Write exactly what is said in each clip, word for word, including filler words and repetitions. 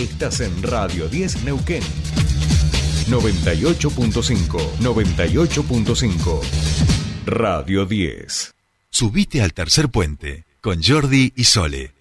Estás en Radio diez Neuquén. noventa y ocho punto cinco. noventa y ocho punto cinco. Radio diez. Subite al tercer puente con Jordi y Sole.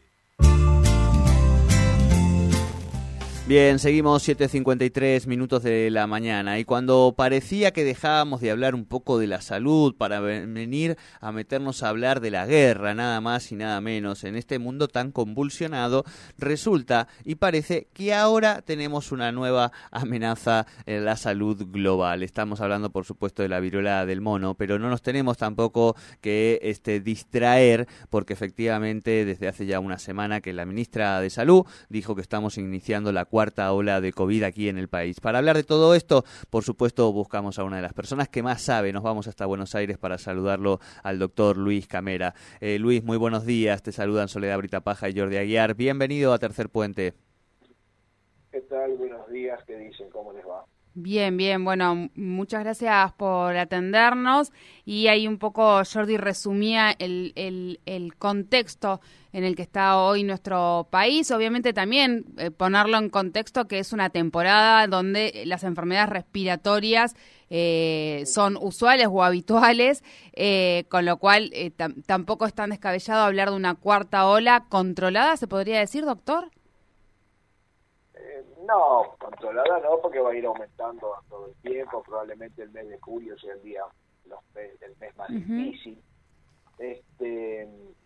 Bien, seguimos siete cincuenta y tres minutos de la mañana y cuando parecía que dejábamos de hablar un poco de la salud para venir a meternos a hablar de la guerra, nada más y nada menos, en este mundo tan convulsionado, resulta y parece que ahora tenemos una nueva amenaza en la salud global. Estamos hablando, por supuesto, de la viruela del mono, pero no nos tenemos tampoco que este, distraer porque efectivamente desde hace ya una semana que la ministra de Salud dijo que estamos iniciando la cuarta cuarta ola de COVID aquí en el país. Para hablar de todo esto, por supuesto, buscamos a una de las personas que más sabe. Nos vamos hasta Buenos Aires para saludarlo al doctor Luis Camera. Eh, Luis, muy buenos días. Te saludan Soledad Britapaja y Jordi Aguiar. Bienvenido a Tercer Puente. ¿Qué tal? Buenos días. ¿Qué dicen? ¿Cómo les va? Bien, bien, bueno, muchas gracias por atendernos y ahí un poco Jordi resumía el, el, el contexto en el que está hoy nuestro país, obviamente también eh, ponerlo en contexto que es una temporada donde las enfermedades respiratorias eh, son usuales o habituales, eh, con lo cual eh, tam- tampoco es tan descabellado hablar de una cuarta ola controlada, ¿se podría decir, doctor? No, controlada no, porque va a ir aumentando todo el tiempo. Probablemente el mes de julio sea el día, los mes, el mes más uh-huh. difícil. Este,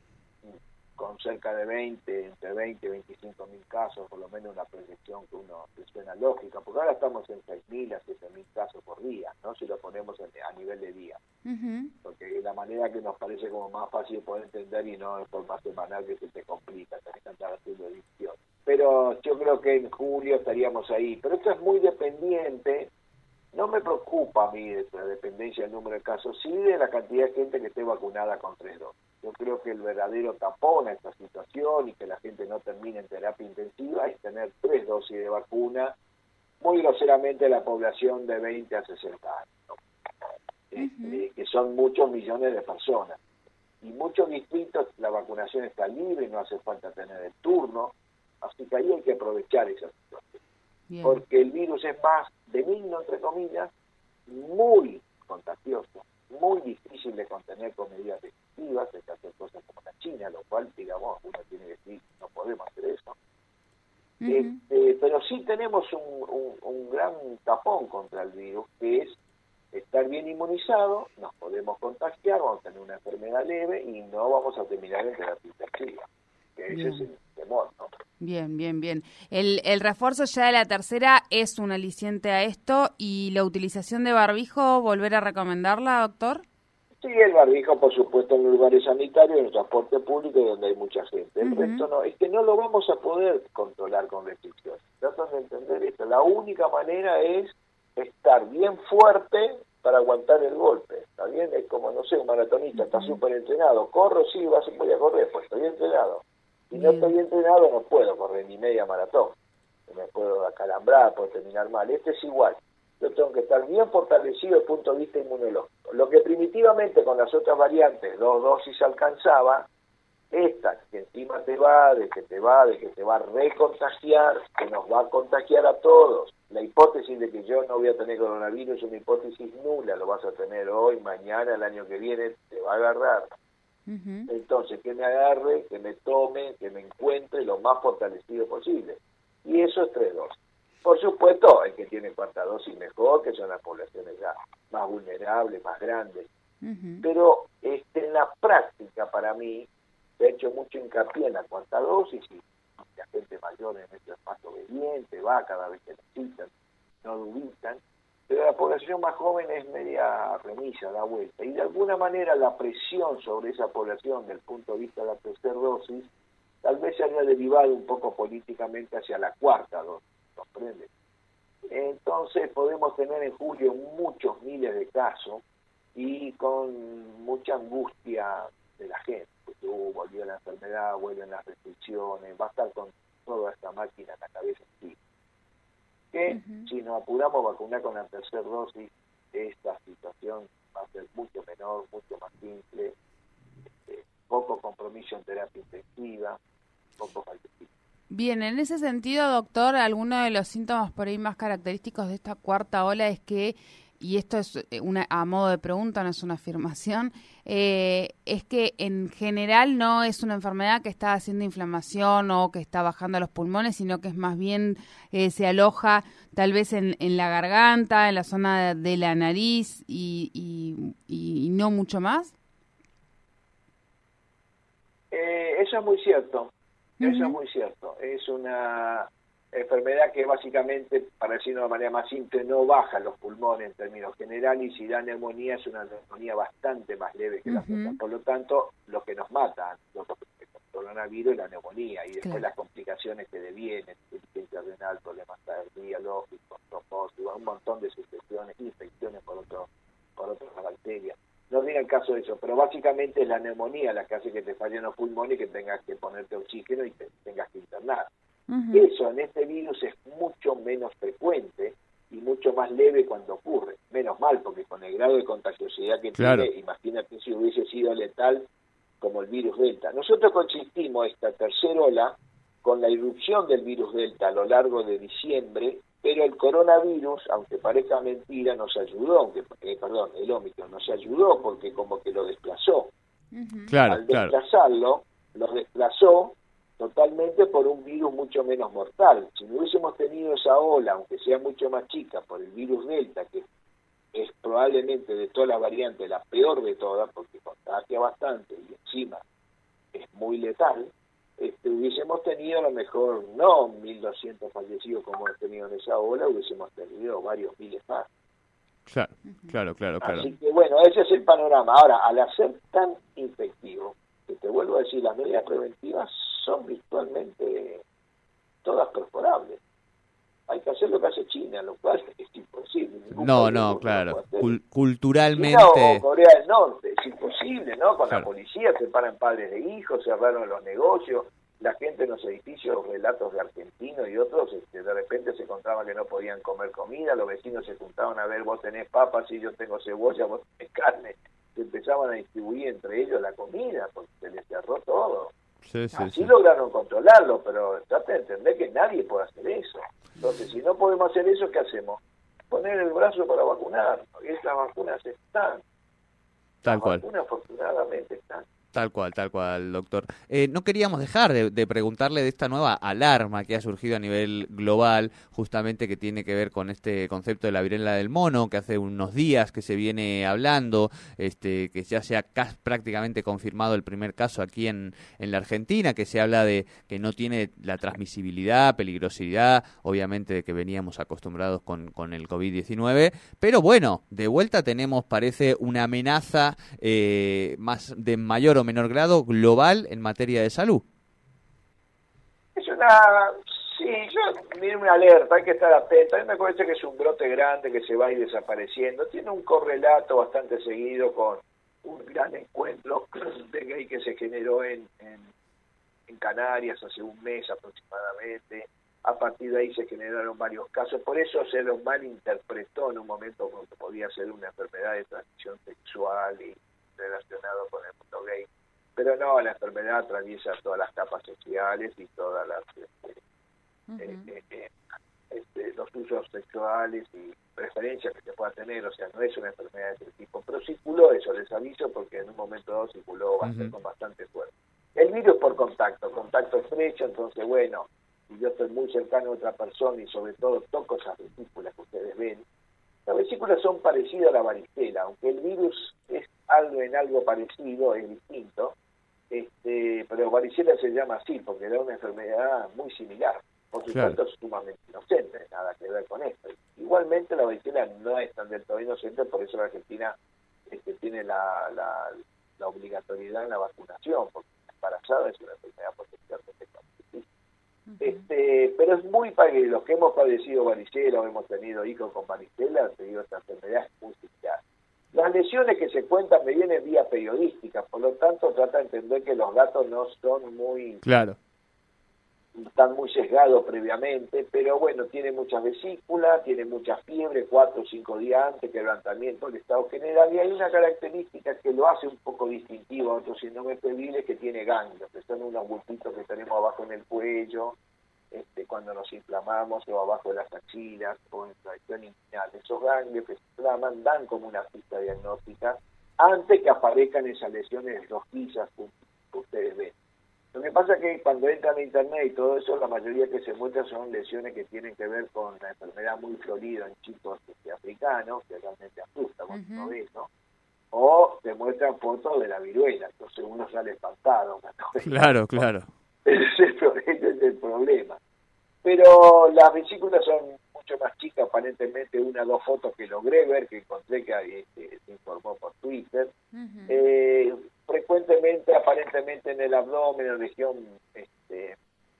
con cerca de veinte, entre veinte y veinticinco mil casos, por lo menos una proyección que uno que suena lógica, porque ahora estamos en seis mil a siete mil casos por día, ¿no? Si lo ponemos en, a nivel de día. Uh-huh. Porque la manera que nos parece como más fácil de poder entender y no de forma semanal que se te complica, tenés que andar haciendo edición. Pero yo creo que en julio estaríamos ahí. Pero esto es muy dependiente. No me preocupa a mí de la dependencia del número de casos, sí de la cantidad de gente que esté vacunada con tres dosis. Yo creo que el verdadero tapón a esta situación y que la gente no termine en terapia intensiva es tener tres dosis de vacuna, muy groseramente la población de veinte a sesenta años, ¿no? Uh-huh. este, que son muchos millones de personas. Y muchos distritos la vacunación está libre, no hace falta tener el turno. Así que ahí hay que aprovechar esa situación. Bien. Porque el virus es más benigno, entre comillas, muy contagioso, muy difícil de contener con medidas restrictivas, hay que hacer cosas como la China, lo cual, digamos, uno tiene que decir, no podemos hacer eso. Uh-huh. Este, pero sí tenemos un, un, un gran tapón contra el virus, que es estar bien inmunizado, nos podemos contagiar, vamos a tener una enfermedad leve y no vamos a terminar en terapia intensiva. Que ese es el temor, ¿no? Bien, bien, bien. El, el refuerzo ya de la tercera es un aliciente a esto y la utilización de barbijo, ¿volver a recomendarla, doctor? Sí, el barbijo, por supuesto, en los lugares sanitarios, en el transporte público donde hay mucha gente. El uh-huh. resto no, es que no lo vamos a poder controlar con restricciones. Tratan de entender esto. La única manera es estar bien fuerte para aguantar el golpe, ¿está bien? Es como, no sé, un maratonista, uh-huh. está súper entrenado. Corro, sí, vas, voy a correr, pues estoy entrenado. Si no estoy entrenado, no puedo correr ni media maratón. Me puedo acalambrar, puedo terminar mal. Este es igual. Yo tengo que estar bien fortalecido desde el punto de vista inmunológico. Lo que primitivamente con las otras variantes, dos dosis alcanzaba, esta que encima te va, de que te va, de que te va a recontagiar, que nos va a contagiar a todos. La hipótesis de que yo no voy a tener coronavirus es una hipótesis nula. Lo vas a tener hoy, mañana, el año que viene, te va a agarrar. Uh-huh. Entonces, que me agarre, que me tome, que me encuentre lo más fortalecido posible. Y eso es tres dosis. Por supuesto, el que tiene cuarta dosis mejor, que son las poblaciones ya más vulnerables, más grandes. Uh-huh. Pero este, en la práctica, para mí, se ha hecho mucho hincapié en la cuarta dosis y la gente mayor en esto es más obediente, va cada vez que necesitan, no dubitan. Pero la población más joven es media remisa, da vuelta. Y de alguna manera la presión sobre esa población, desde el punto de vista de la tercera dosis, tal vez se haya derivado un poco políticamente hacia la cuarta dosis, ¿comprende? Entonces podemos tener en julio muchos miles de casos y con mucha angustia de la gente. Pues, uh, volvió la enfermedad, vuelven las restricciones, va a estar con toda esta máquina en la cabeza encima. Que uh-huh. si nos apuramos a vacunar con la tercera dosis, esta situación va a ser mucho menor, mucho más simple, este, poco compromiso en terapia intensiva, poco fallecimiento. Bien, en ese sentido, doctor, alguno de los síntomas por ahí más característicos de esta cuarta ola es que, y esto es una, a modo de pregunta, no es una afirmación, eh, es que en general no es una enfermedad que está haciendo inflamación o que está bajando los pulmones, sino que es más bien eh, se aloja tal vez en, en la garganta, en la zona de, de la nariz y, y, y no mucho más. Eh, eso es muy cierto, uh-huh. eso es muy cierto. Es una enfermedad que básicamente, para decirlo de una manera más simple, no baja los pulmones en términos generales, y si da neumonía es una neumonía bastante más leve que uh-huh. las otras. Por lo tanto, lo que nos mata, los el coronavirus, es la neumonía, y después claro. las complicaciones que devienen, insuficiencia renal, problemas cardiológicos, trombosis, un montón de sucesiones, infecciones por, otro, por otras bacterias. No viene el caso de eso, pero básicamente es la neumonía la que hace que te fallen los pulmones y que tengas que ponerte oxígeno y te tengas que internar. Uh-huh. Eso en este virus es mucho menos frecuente y mucho más leve cuando ocurre. Menos mal, porque con el grado de contagiosidad que claro. tiene, imagínate si hubiese sido letal como el virus Delta. Nosotros consistimos esta tercera ola con la irrupción del virus Delta a lo largo de diciembre, pero el coronavirus, aunque parezca mentira, nos ayudó, aunque eh, perdón, el Ómicron nos ayudó porque como que lo desplazó. Uh-huh. Claro, Al desplazarlo, claro. lo desplazó totalmente por un virus mucho menos mortal. Si no hubiésemos tenido esa ola, aunque sea mucho más chica, por el virus Delta, que es probablemente de todas las variantes la peor de todas, porque contagia bastante y encima es muy letal, este, hubiésemos tenido a lo mejor no mil doscientos fallecidos como hemos tenido en esa ola, hubiésemos tenido varios miles más. Claro, claro, claro, claro. Así que bueno, ese es el panorama. Ahora, al hacer tan infectivo, que te vuelvo a decir, las medidas preventivas son virtualmente todas perforables. Hay que hacer lo que hace China, lo cual es imposible. No, no, claro. Cul- culturalmente... China o Corea del Norte, es imposible, ¿no? Con claro. la policía separan padres de hijos, cerraron los negocios, la gente en los edificios, relatos de argentinos y otros, este, de repente se encontraban que no podían comer comida, los vecinos se juntaban a ver, vos tenés papas y yo tengo cebolla, vos tenés carne, se empezaban a distribuir entre ellos la comida, porque se les cerró todo. Sí, sí, Así sí. lograron controlarlo, pero trate de entender que nadie puede hacer eso. Entonces, si no podemos hacer eso, ¿qué hacemos? Poner el brazo para vacunar. Y esas vacunas están. Tal Las cual. vacunas afortunadamente están. Tal cual, tal cual, doctor. Eh, no queríamos dejar de, de preguntarle de esta nueva alarma que ha surgido a nivel global, justamente que tiene que ver con este concepto de la viruela del mono, que hace unos días que se viene hablando, este, que ya se ha casi prácticamente confirmado el primer caso aquí en, en la Argentina, que se habla de que no tiene la transmisibilidad, peligrosidad, obviamente de que veníamos acostumbrados con, con el COVID diecinueve, pero bueno, de vuelta tenemos, parece, una amenaza eh, más de mayor o menor grado global en materia de salud. Es una... Sí, yo miré una alerta, hay que estar atento. A mí me parece que es un brote grande que se va a ir desapareciendo. Tiene un correlato bastante seguido con un gran encuentro de gay que se generó en, en, en Canarias hace un mes aproximadamente. A partir de ahí se generaron varios casos. Por eso se los malinterpretó en un momento como que podía ser una enfermedad de transmisión sexual y relacionado con el mundo gay, pero no, la enfermedad atraviesa todas las capas sociales y todas las este, uh-huh. eh, eh, este, los usos sexuales y preferencias que se pueda tener, o sea, no es una enfermedad de ese tipo, pero circuló eso, les aviso, porque en un momento dado circuló bastante, uh-huh. con bastante fuerza. El virus por contacto, contacto estrecho, entonces bueno, si yo estoy muy cercano a otra persona y sobre todo toco esas vesículas que ustedes ven, las vesículas son parecidas a la varicela, aunque el virus es algo en algo parecido, es distinto, este, pero varicela se llama así porque era una enfermedad muy similar, por supuesto claro. sumamente inocente, nada que ver con esto. Igualmente la varicela no es tan del todo inocente, por eso la Argentina este, tiene la, la, la obligatoriedad en la vacunación, porque la embarazada es una enfermedad potencialmente transmisible. Este, pero es muy parecido. Los que hemos padecido varicela o hemos tenido hijos con varicela, te digo, esta enfermedad es muy similar. Las lesiones que se cuentan me vienen vía periodística, por lo tanto trata de entender que los datos no son muy claro. están muy sesgados previamente, pero bueno, tiene muchas vesículas, tiene mucha fiebre, cuatro o cinco días antes, quebrantamiento del estado general, y hay una característica que lo hace un poco distintivo a otros síndromes febriles, que tiene ganglios, que son unos bultitos que tenemos abajo en el cuello, este, cuando nos inflamamos o abajo de las axilas o en la región inguinal. Esos ganglios que se inflaman dan como una pista diagnóstica antes que aparezcan esas lesiones rojizas que ustedes ven. Lo que pasa es que cuando entran a internet y todo eso, la mayoría que se muestra son lesiones que tienen que ver con la enfermedad muy florida en chicos este, africanos, que realmente asusta cuando uno ve eso, o te muestran fotos de la viruela, entonces uno sale espantado. Claro, claro. Ese es, el, ese es el problema. Pero las vesículas son mucho más chicas, aparentemente una o dos fotos que logré ver, que encontré que este, se informó por Twitter. Uh-huh. Eh, frecuentemente, aparentemente en el abdomen, en la región, este,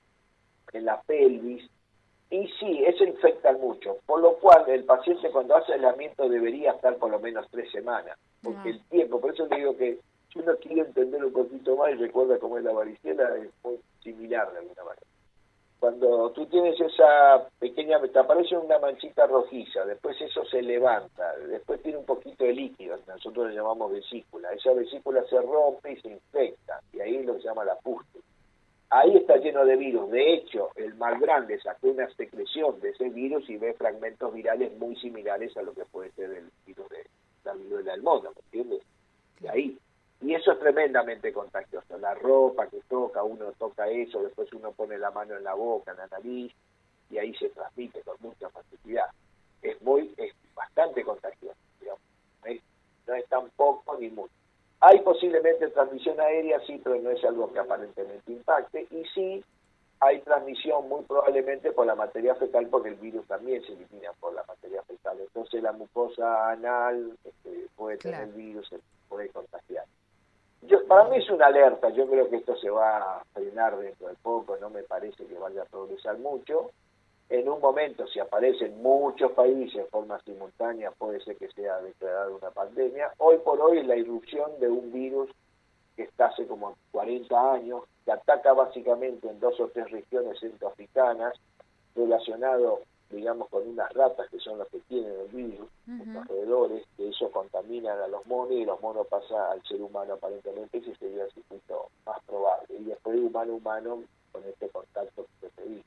en la pelvis, y sí, eso infecta mucho, por lo cual el paciente cuando hace aislamiento debería estar por lo menos tres semanas, porque uh-huh. el tiempo, por eso le digo que si uno quiere entender un poquito más y recuerda cómo es la varicela, es muy similar de alguna manera. Cuando tú tienes esa pequeña, te aparece una manchita rojiza, después eso se levanta, después tiene un poquito de líquido, nosotros le llamamos vesícula, esa vesícula se rompe y se infecta, y ahí lo que se llama la pústula. Ahí está lleno de virus, de hecho, el más grande sacó una secreción de ese virus y ve fragmentos virales muy similares a lo que puede ser el virus de la viruela del mono, ¿me entiendes? De ahí. Y eso es tremendamente contagioso. La ropa que toca, uno toca eso, después uno pone la mano en la boca, en la nariz, y ahí se transmite con mucha facilidad. Es muy, es bastante contagioso, digamos. No es, no es tan poco ni mucho. Hay posiblemente transmisión aérea, sí, pero no es algo que aparentemente impacte. Y sí, hay transmisión muy probablemente por la materia fecal, porque el virus también se elimina por la materia fecal. Entonces la mucosa anal este, puede tener claro. el virus, se puede contagiar. Yo, para mí es una alerta, yo creo que esto se va a frenar dentro de poco, no me parece que vaya a progresar mucho. En un momento, si aparecen muchos países en forma simultánea, puede ser que sea declarada una pandemia. Hoy por hoy es la irrupción de un virus que está hace como cuarenta años, que ataca básicamente en dos o tres regiones centroafricanas, relacionado, digamos, con unas ratas que son las que tienen el virus, uh-huh. en los alrededores, que eso contaminan a los monos y los monos pasan al ser humano aparentemente, ese sería el circuito más probable. Y después de humano a humano con este contacto que se dice.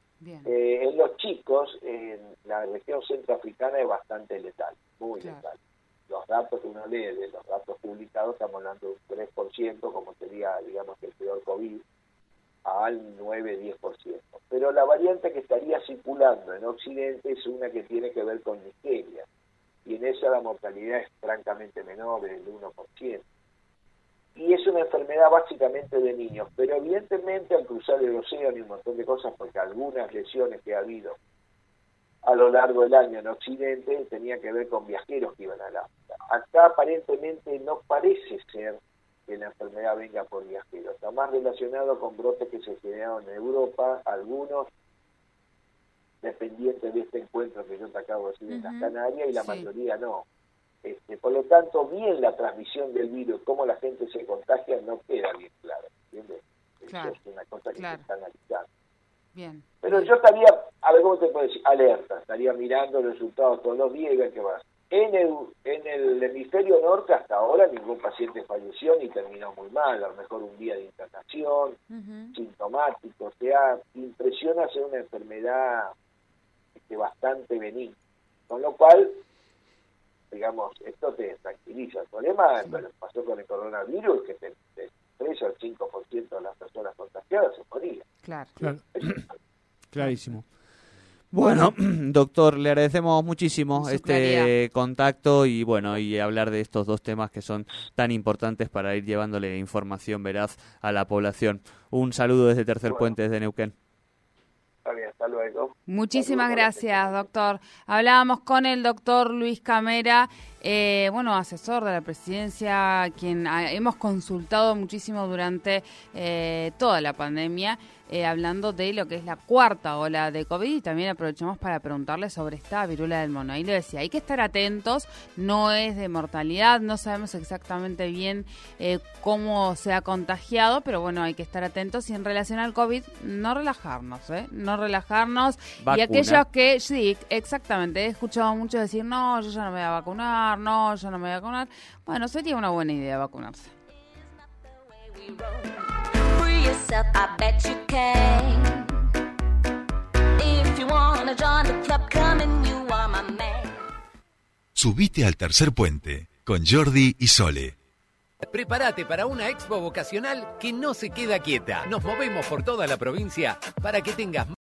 Eh, en los chicos, en la región centroafricana es bastante letal, muy claro. letal. Los datos que uno lee de los datos publicados, estamos hablando de un tres por ciento, como sería, digamos, que el peor COVID, al nueve a diez por ciento. Pero la variante que estaría circulando en Occidente es una que tiene que ver con Nigeria, y en esa la mortalidad es francamente menor, del uno por ciento. Y es una enfermedad básicamente de niños, pero evidentemente al cruzar el océano y un montón de cosas, porque algunas lesiones que ha habido a lo largo del año en Occidente tenían que ver con viajeros que iban al África. Acá aparentemente no parece ser que la enfermedad venga por viajeros, está más relacionado con brotes que se generaron en Europa, algunos dependientes de este encuentro que yo te acabo de decir uh-huh. en las Canarias, y la sí. mayoría no. Este, por lo tanto, bien la transmisión del virus, cómo la gente se contagia, no queda bien claro, ¿entiendes? Claro, Eso es una cosa que claro. se está analizando. Bien. Pero bien. yo estaría, a ver cómo te puedo decir, alerta, estaría mirando los resultados todos los días y ver qué va. En el, en el hemisferio norte hasta ahora ningún paciente falleció ni terminó muy mal, a lo mejor un día de internación, uh-huh. sintomático, o sea, impresiona ser una enfermedad este, bastante benigna, con lo cual, digamos, esto te tranquiliza. El problema, sí. bueno, pasó con el coronavirus, que el tres o el cinco por ciento de las personas contagiadas se morían. Claro. claro. Clarísimo. Bueno, doctor, le agradecemos muchísimo este claridad. contacto y bueno, y hablar de estos dos temas que son tan importantes para ir llevándole información veraz a la población. Un saludo desde Tercer bueno. Puente, desde Neuquén. Está bien, hasta luego. Muchísimas gracias, doctor. Hablábamos con el doctor Luis Camera, eh, bueno, asesor de la presidencia, quien ha, hemos consultado muchísimo durante eh, toda la pandemia, eh, hablando de lo que es la cuarta ola de COVID, y también aprovechamos para preguntarle sobre esta viruela del mono. Ahí le decía, hay que estar atentos, no es de mortalidad, no sabemos exactamente bien eh, cómo se ha contagiado, pero bueno, hay que estar atentos, y en relación al COVID, no relajarnos, ¿eh? No relajarnos. Vacuna. Y aquellos que, sí, exactamente, he escuchado muchos decir, no, yo ya no me voy a vacunar, no, yo no me voy a vacunar. Bueno, sería una buena idea vacunarse. Free yourself, I bet you can. Subite al tercer puente con Jordi y Sole. Prepárate para una expo vocacional que no se queda quieta. Nos movemos por toda la provincia para que tengas